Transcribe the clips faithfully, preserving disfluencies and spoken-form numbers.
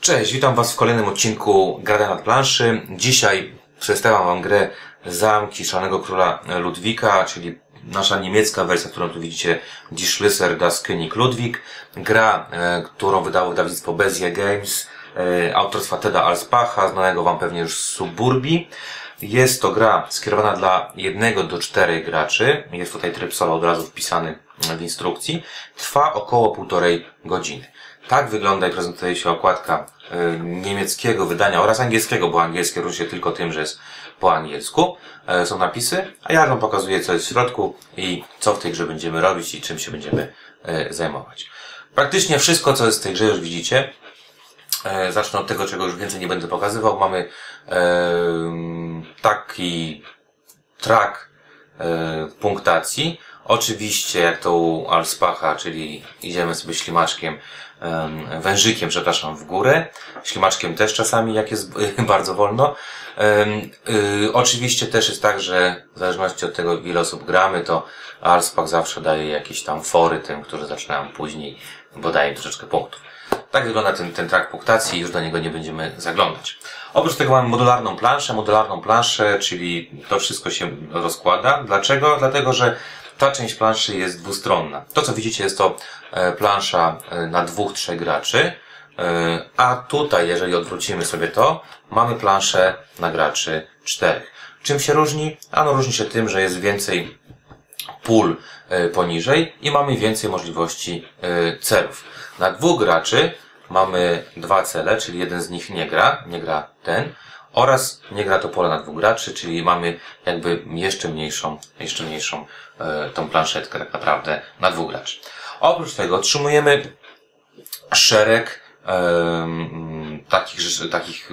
Cześć, witam Was w kolejnym odcinku Grania na planszy. Dzisiaj przedstawiam Wam grę Zamki Szalonego Króla Ludwika, czyli nasza niemiecka wersja, którą tu widzicie, Die Schlösser das König Ludwig. Gra, e, którą wydało wydawnictwo Bezier Games, e, autorstwa Teda Alspacha, znanego Wam pewnie już z Suburbii. Jest to gra skierowana dla jednego do czterech graczy. Jest tutaj tryb solo od razu wpisany w instrukcji. Trwa około półtorej godziny. Tak wygląda i prezentuje się okładka y, niemieckiego wydania oraz angielskiego, bo angielskie różni się tylko tym, że jest po angielsku. Y, są napisy, a ja Wam pokazuję, co jest w środku i co w tej grze będziemy robić i czym się będziemy y, zajmować. Praktycznie wszystko, co jest w tej grze, już widzicie. Y, zacznę od tego, czego już więcej nie będę pokazywał. Mamy y, taki track y, punktacji. Oczywiście, jak to u Alspacha, czyli idziemy sobie ślimaczkiem, wężykiem, przepraszam, w górę. Ślimaczkiem też czasami, jak jest bardzo wolno. Oczywiście też jest tak, że w zależności od tego, ile osób gramy, to Alspach zawsze daje jakieś tam fory tym, którzy zaczynają później, bo daje troszeczkę punktów. Tak wygląda ten, ten track punktacji i już do niego nie będziemy zaglądać. Oprócz tego mamy modularną planszę, modularną planszę, czyli to wszystko się rozkłada. Dlaczego? Dlatego, że ta część planszy jest dwustronna. To, co widzicie, jest to plansza na dwóch, trzech graczy, a tutaj, jeżeli odwrócimy sobie to, mamy planszę na graczy czterech. Czym się różni? Ano różni się tym, że jest więcej pól poniżej i mamy więcej możliwości celów. Na dwóch graczy mamy dwa cele, czyli jeden z nich nie gra, nie gra ten, oraz nie gra to pole na dwóch graczy, czyli mamy jakby jeszcze mniejszą, jeszcze mniejszą e, tą planszetkę tak naprawdę na dwóch graczy. Oprócz tego otrzymujemy szereg e, takich, takich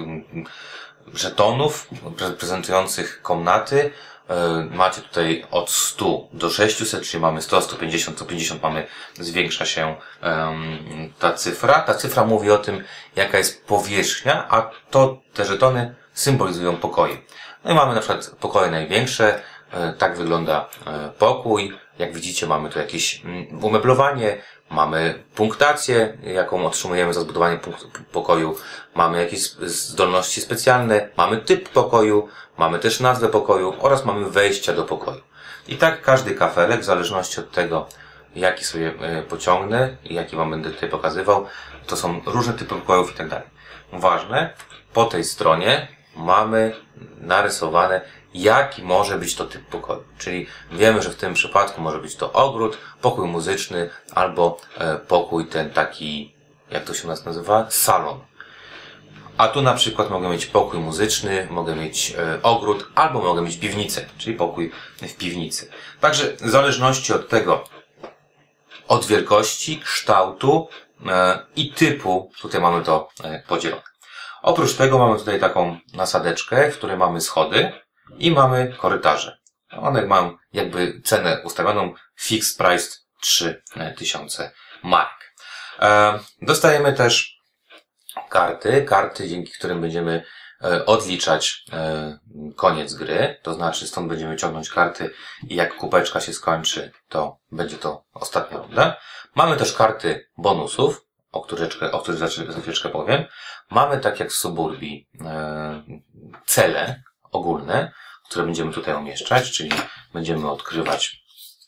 żetonów prezentujących komnaty. E, macie tutaj od stu do sześciuset, czyli mamy sto, sto pięćdziesiąt, sto pięćdziesiąt mamy, zwiększa się e, ta cyfra. Ta cyfra mówi o tym, jaka jest powierzchnia, a to te żetony symbolizują pokoje. No i mamy na przykład pokoje największe, tak wygląda pokój. Jak widzicie, mamy tu jakieś umeblowanie, mamy punktację, jaką otrzymujemy za zbudowanie pokoju, mamy jakieś zdolności specjalne, mamy typ pokoju, mamy też nazwę pokoju oraz mamy wejścia do pokoju. I tak każdy kafelek, w zależności od tego, jaki sobie pociągnę i jaki Wam będę tutaj pokazywał, to są różne typy pokojów i tak dalej. Ważne, po tej stronie mamy narysowane, jaki może być to typ pokoju. Czyli wiemy, że w tym przypadku może być to ogród, pokój muzyczny albo e, pokój ten taki, jak to się u nas nazywa? Salon. A tu na przykład mogę mieć pokój muzyczny, mogę mieć e, ogród albo mogę mieć piwnicę, czyli pokój w piwnicy. Także w zależności od tego, od wielkości, kształtu e, i typu, tutaj mamy to e, podzielone. Oprócz tego mamy tutaj taką nasadeczkę, w której mamy schody i mamy korytarze. One mają jakby cenę ustawioną fixed price trzy tysiące marek. E, dostajemy też karty, karty, dzięki którym będziemy e, odliczać e, koniec gry. To znaczy stąd będziemy ciągnąć karty i jak kupeczka się skończy, to będzie to ostatnia runda. Mamy też karty bonusów, o których, o których za, za chwileczkę powiem. Mamy, tak jak w Suburbii, e, cele ogólne, które będziemy tutaj umieszczać, czyli będziemy odkrywać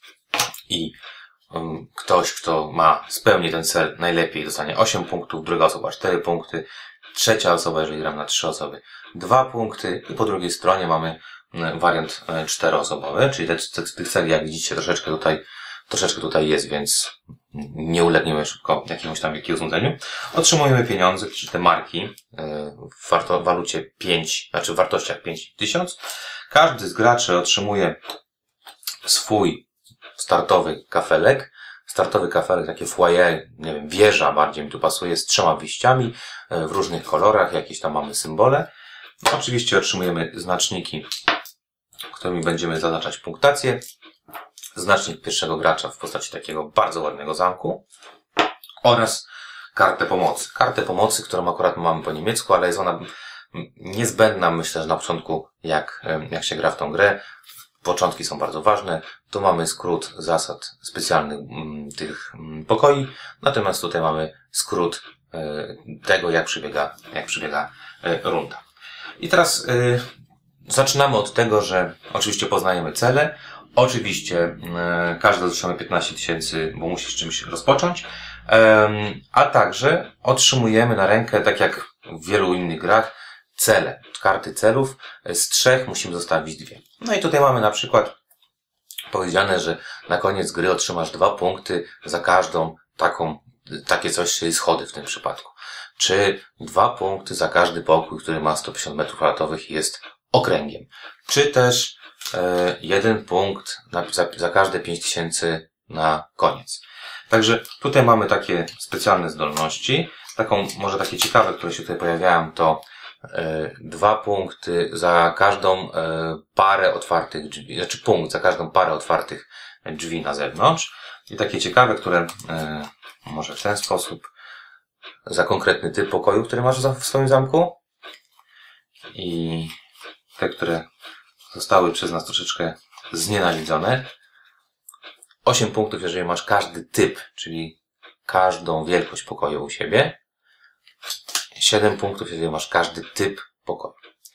i um, ktoś, kto ma, spełni ten cel najlepiej, dostanie osiem punktów, druga osoba cztery punkty, trzecia osoba, jeżeli gram na trzy osoby, dwa punkty i po drugiej stronie mamy e, wariant e, czteroosobowy, czyli te, te, tych celi, jak widzicie, troszeczkę tutaj Troszeczkę tutaj jest, więc nie ulegniemy szybko jakiemuś tam wielkiemu znudzeniu. Otrzymujemy pieniądze, czy te marki w warto, walucie pięć, znaczy w wartościach pięć tysięcy. Każdy z graczy otrzymuje swój startowy kafelek. Startowy kafelek, takie foyer, nie wiem, wieża bardziej mi tu pasuje, z trzema wyjściami w różnych kolorach, jakieś tam mamy symbole. Oczywiście otrzymujemy znaczniki, którymi będziemy zaznaczać punktację. Znacznik pierwszego gracza w postaci takiego bardzo ładnego zamku oraz kartę pomocy. Kartę pomocy, którą akurat mamy po niemiecku, ale jest ona niezbędna, myślę, że na początku, jak, jak się gra w tą grę. Początki są bardzo ważne. Tu mamy skrót zasad specjalnych m, tych m, pokoi, natomiast tutaj mamy skrót tego, jak przebiega, jak przebiega runda. I teraz zaczynamy od tego, że oczywiście poznajemy cele. Oczywiście każdy otrzymuje piętnaście tysięcy, bo musi z czymś rozpocząć. A także otrzymujemy na rękę, tak jak w wielu innych grach, cele, karty celów. Z trzech musimy zostawić dwie. No i tutaj mamy na przykład powiedziane, że na koniec gry otrzymasz dwa punkty za każdą taką, takie coś, czyli schody w tym przypadku. Czy dwa punkty za każdy pokój, który ma sto pięćdziesiąt metrów kwadratowych i jest okręgiem. Czy też e, jeden punkt na, za, za każde pięć tysięcy na koniec. Także tutaj mamy takie specjalne zdolności. Taką, może takie ciekawe, które się tutaj pojawiają, to e, dwa punkty za każdą e, parę otwartych drzwi, znaczy punkt za każdą parę otwartych drzwi na zewnątrz. I takie ciekawe, które e, może w ten sposób, za konkretny typ pokoju, który masz w swoim zamku. I te, które zostały przez nas troszeczkę znienawidzone. osiem punktów, jeżeli masz każdy typ, czyli każdą wielkość pokoju u siebie. siedem punktów, jeżeli masz każdy typ pokoju.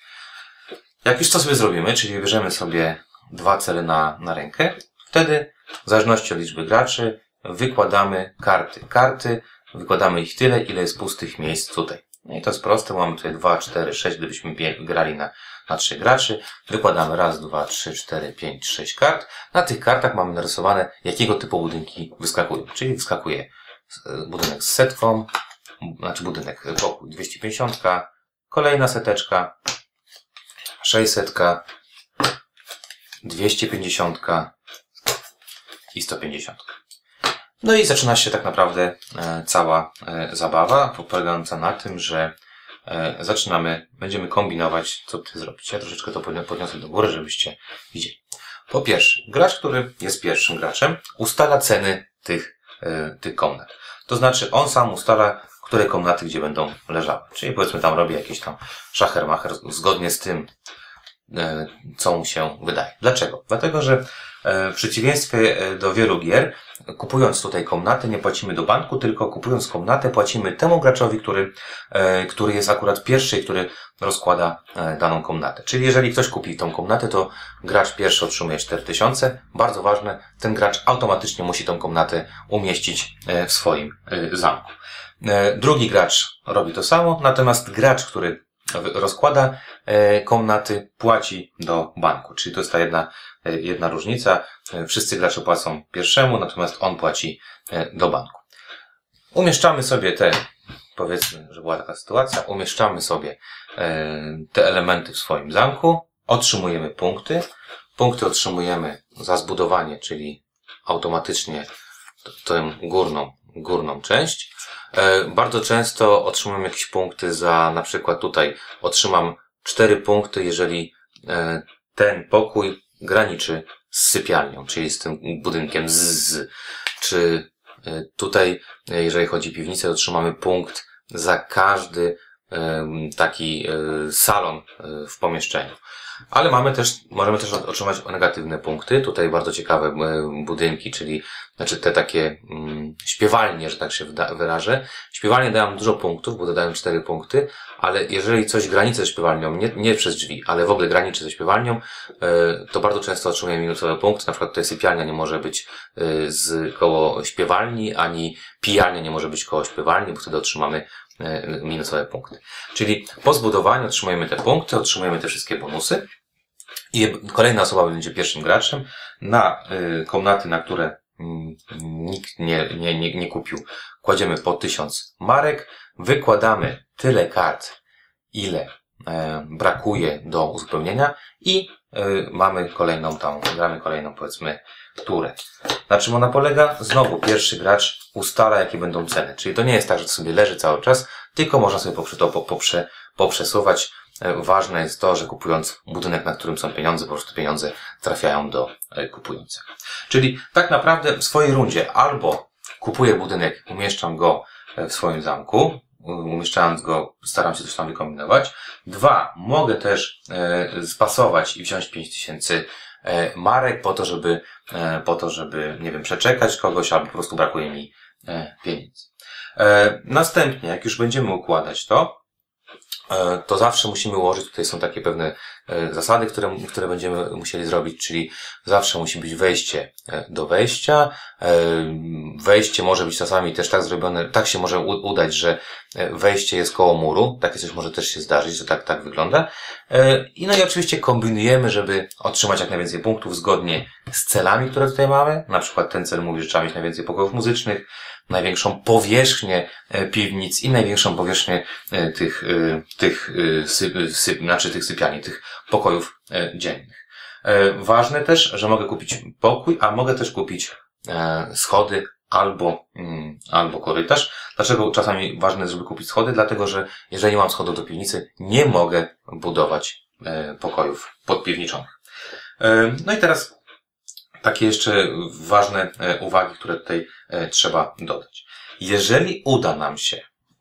Jak już to sobie zrobimy, czyli bierzemy sobie dwa cele na, na rękę, wtedy w zależności od liczby graczy wykładamy karty. Karty, wykładamy ich tyle, ile jest pustych miejsc tutaj. No i to jest proste, mamy tutaj dwa, cztery, sześć, gdybyśmy grali na, na trzy graczy. Wykładamy raz, dwa, trzy, cztery, pięć, sześć kart. Na tych kartach mamy narysowane, jakiego typu budynki wyskakują. Czyli wyskakuje budynek z setką, znaczy budynek pokój dwieście pięćdziesiąt, kolejna seteczka, sześćset, dwieście pięćdziesiąt i sto pięćdziesiąt. No i zaczyna się tak naprawdę e, cała e, zabawa, polegająca na tym, że e, zaczynamy, będziemy kombinować, co tutaj zrobić. Ja troszeczkę to podniosę do góry, żebyście widzieli. Po pierwsze, gracz, który jest pierwszym graczem, ustala ceny tych, e, tych komnat. To znaczy, on sam ustala, które komnaty gdzie będą leżały. Czyli powiedzmy tam robi jakiś tam szachermacher zgodnie z tym, e, co mu się wydaje. Dlaczego? Dlatego, że w przeciwieństwie do wielu gier, kupując tutaj komnatę, nie płacimy do banku, tylko kupując komnatę, płacimy temu graczowi, który, który jest akurat pierwszy i który rozkłada daną komnatę. Czyli jeżeli ktoś kupi tą komnatę, to gracz pierwszy otrzymuje cztery tysiące. Bardzo ważne, ten gracz automatycznie musi tą komnatę umieścić w swoim zamku. Drugi gracz robi to samo, natomiast gracz, który rozkłada komnaty, płaci do banku. Czyli to jest ta jedna, jedna różnica. Wszyscy gracze płacą pierwszemu, natomiast on płaci do banku. Umieszczamy sobie te, powiedzmy, że była taka sytuacja, umieszczamy sobie te elementy w swoim zamku, otrzymujemy punkty. Punkty otrzymujemy za zbudowanie, czyli automatycznie tę górną, górną część. Bardzo często otrzymam jakieś punkty za, na przykład tutaj otrzymam cztery punkty, jeżeli ten pokój graniczy z sypialnią, czyli z tym budynkiem z, z. Czy tutaj, jeżeli chodzi o piwnicę, otrzymamy punkt za każdy taki salon w pomieszczeniu. Ale mamy też, możemy też otrzymać negatywne punkty. Tutaj bardzo ciekawe budynki, czyli znaczy te takie mm, śpiewalnie, że tak się wyrażę. Śpiewalnie dają dużo punktów, bo dodają cztery punkty, ale jeżeli coś graniczy ze śpiewalnią, nie, nie przez drzwi, ale w ogóle graniczy ze śpiewalnią, y, to bardzo często otrzymujemy minusowe punkty. Na przykład tutaj sypialnia nie może być y, z koło śpiewalni, ani pijalnia nie może być koło śpiewalni, bo wtedy otrzymamy minusowe punkty. Czyli po zbudowaniu otrzymujemy te punkty, otrzymujemy te wszystkie bonusy i kolejna osoba będzie pierwszym graczem. Na y, komnaty, na które y, nikt nie, nie, nie, nie kupił, kładziemy po tysiąc marek, wykładamy tyle kart, ile y, brakuje do uzupełnienia i y, mamy kolejną tam, gramy kolejną, powiedzmy, turę. Na czym ona polega? Znowu pierwszy gracz ustala, jakie będą ceny. Czyli to nie jest tak, że to sobie leży cały czas, tylko można sobie poprze, to poprze, poprzesuwać. Ważne jest to, że kupując budynek, na którym są pieniądze, po prostu pieniądze trafiają do kupującego. Czyli tak naprawdę w swojej rundzie albo kupuję budynek, umieszczam go w swoim zamku, umieszczając go, staram się coś tam wykombinować. Dwa, mogę też e, spasować i wziąć pięć tysięcy marek po to, żeby, po to, żeby, nie wiem, przeczekać kogoś, albo po prostu brakuje mi pieniędzy. E, następnie, jak już będziemy układać to, e, to zawsze musimy ułożyć, tutaj są takie pewne e, zasady, które, które będziemy musieli zrobić, czyli zawsze musi być wejście e, do wejścia. E, wejście może być czasami też tak zrobione, tak się może u, udać, że wejście jest koło muru, takie coś może też się zdarzyć, że tak, tak wygląda. E, I no i oczywiście kombinujemy, żeby otrzymać jak najwięcej punktów zgodnie z celami, które tutaj mamy. Na przykład ten cel mówi, że trzeba mieć najwięcej pokojów muzycznych, największą powierzchnię piwnic i największą powierzchnię tych, tych, syp, syp, znaczy tych sypialni, tych pokojów dziennych. Ważne też, że mogę kupić pokój, a mogę też kupić schody albo, albo korytarz. Dlaczego czasami ważne jest, żeby kupić schody? Dlatego, że jeżeli mam schodów do piwnicy, nie mogę budować pokojów podpiwniczonych. No i teraz takie jeszcze ważne uwagi, które tutaj trzeba dodać. Jeżeli uda nam się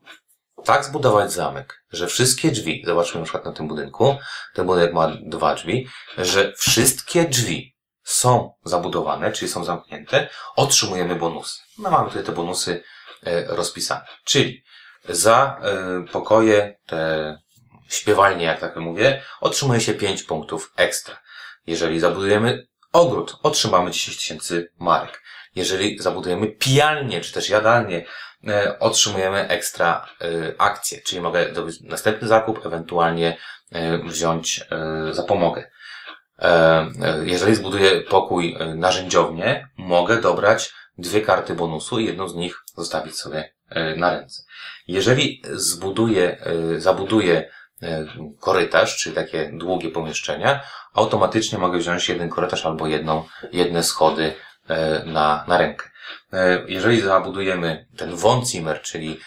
tak zbudować zamek, że wszystkie drzwi, zobaczmy na przykład na tym budynku, ten budynek ma dwa drzwi, że wszystkie drzwi są zabudowane, czyli są zamknięte, otrzymujemy bonusy. No mamy tutaj te bonusy rozpisane. Czyli za pokoje, te śpiewalnie, jak tak mówię, otrzymuje się pięć punktów ekstra. Jeżeli zabudujemy ogród, otrzymamy dziesięć tysięcy marek. Jeżeli zabudujemy pijalnię, czy też jadalnię, e, otrzymujemy ekstra e, akcje, czyli mogę zrobić następny zakup, ewentualnie e, wziąć e, zapomogę. E, e, jeżeli zbuduję pokój e, narzędziownie, mogę dobrać dwie karty bonusu i jedną z nich zostawić sobie e, na ręce. Jeżeli zbuduję, e, zabuduję e, korytarz, czyli takie długie pomieszczenia, automatycznie mogę wziąć jeden korytarz albo jedną, jedne schody na, na rękę. Jeżeli zabudujemy ten Wohnzimmer, czyli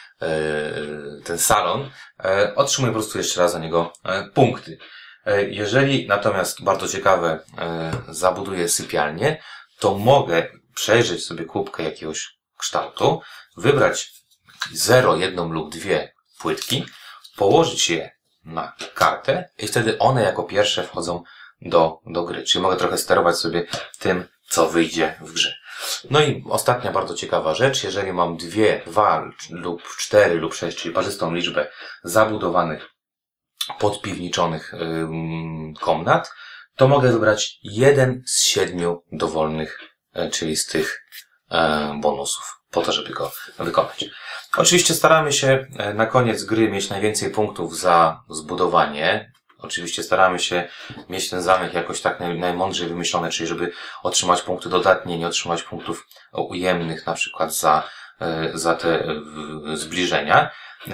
ten salon, otrzymuję po prostu jeszcze raz za niego punkty. Jeżeli natomiast, bardzo ciekawe, zabuduję sypialnię, to mogę przejrzeć sobie kubkę jakiegoś kształtu, wybrać zero, jedną lub dwie płytki, położyć je na kartę i wtedy one jako pierwsze wchodzą do, do gry. Czyli mogę trochę sterować sobie tym, co wyjdzie w grze. No i ostatnia bardzo ciekawa rzecz, jeżeli mam dwie, dwa lub cztery lub sześć, czyli parzystą liczbę zabudowanych, podpiwniczonych ym, komnat, to mogę wybrać jeden z siedmiu dowolnych, y, czyli z tych y, bonusów, po to, żeby go wykonać. Oczywiście staramy się na koniec gry mieć najwięcej punktów za zbudowanie. Oczywiście staramy się mieć ten zamek jakoś tak naj, najmądrzej wymyślony, czyli żeby otrzymać punkty dodatnie, nie otrzymać punktów ujemnych, na przykład za, za te zbliżenia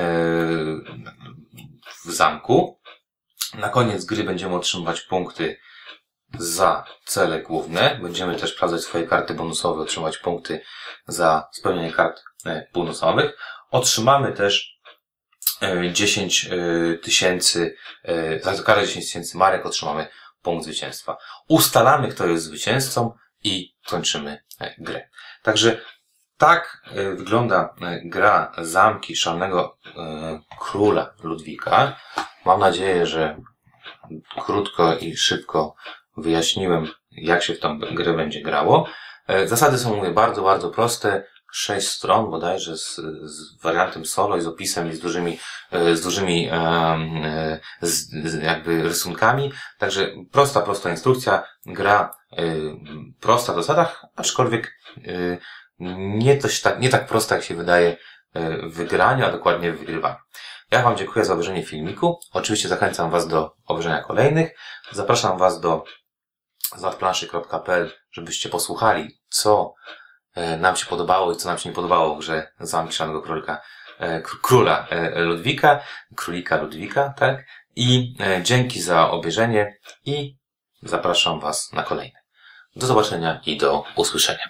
w zamku. Na koniec gry będziemy otrzymywać punkty za cele główne. Będziemy też sprawdzać swoje karty bonusowe, otrzymać punkty za spełnienie kart bonusowych. Otrzymamy też dziesięć tysięcy, za każde dziesięć tysięcy marek otrzymamy punkt zwycięstwa. Ustalamy, kto jest zwycięzcą i kończymy grę. Także tak wygląda gra Zamki Szalonego Króla Ludwika. Mam nadzieję, że krótko i szybko wyjaśniłem, jak się w tą grę będzie grało. Zasady są, mówię, bardzo, bardzo proste. Sześć stron bodajże z, z wariantem solo i z opisem i z dużymi, z dużymi z, z jakby rysunkami. Także prosta, prosta instrukcja. Gra prosta w zasadach, aczkolwiek nie, dość tak, nie tak prosta, jak się wydaje w wygraniu, a dokładnie w wygrywaniu. Ja Wam dziękuję za obejrzenie filmiku. Oczywiście zachęcam Was do obejrzenia kolejnych. Zapraszam Was do zlatplanszy kropka p l, żebyście posłuchali, co nam się podobało i co nam się nie podobało w grze Zamki Szalonego Królika, Króla Ludwika, Królika Ludwika, tak? I dzięki za obejrzenie i zapraszam Was na kolejne. Do zobaczenia i do usłyszenia.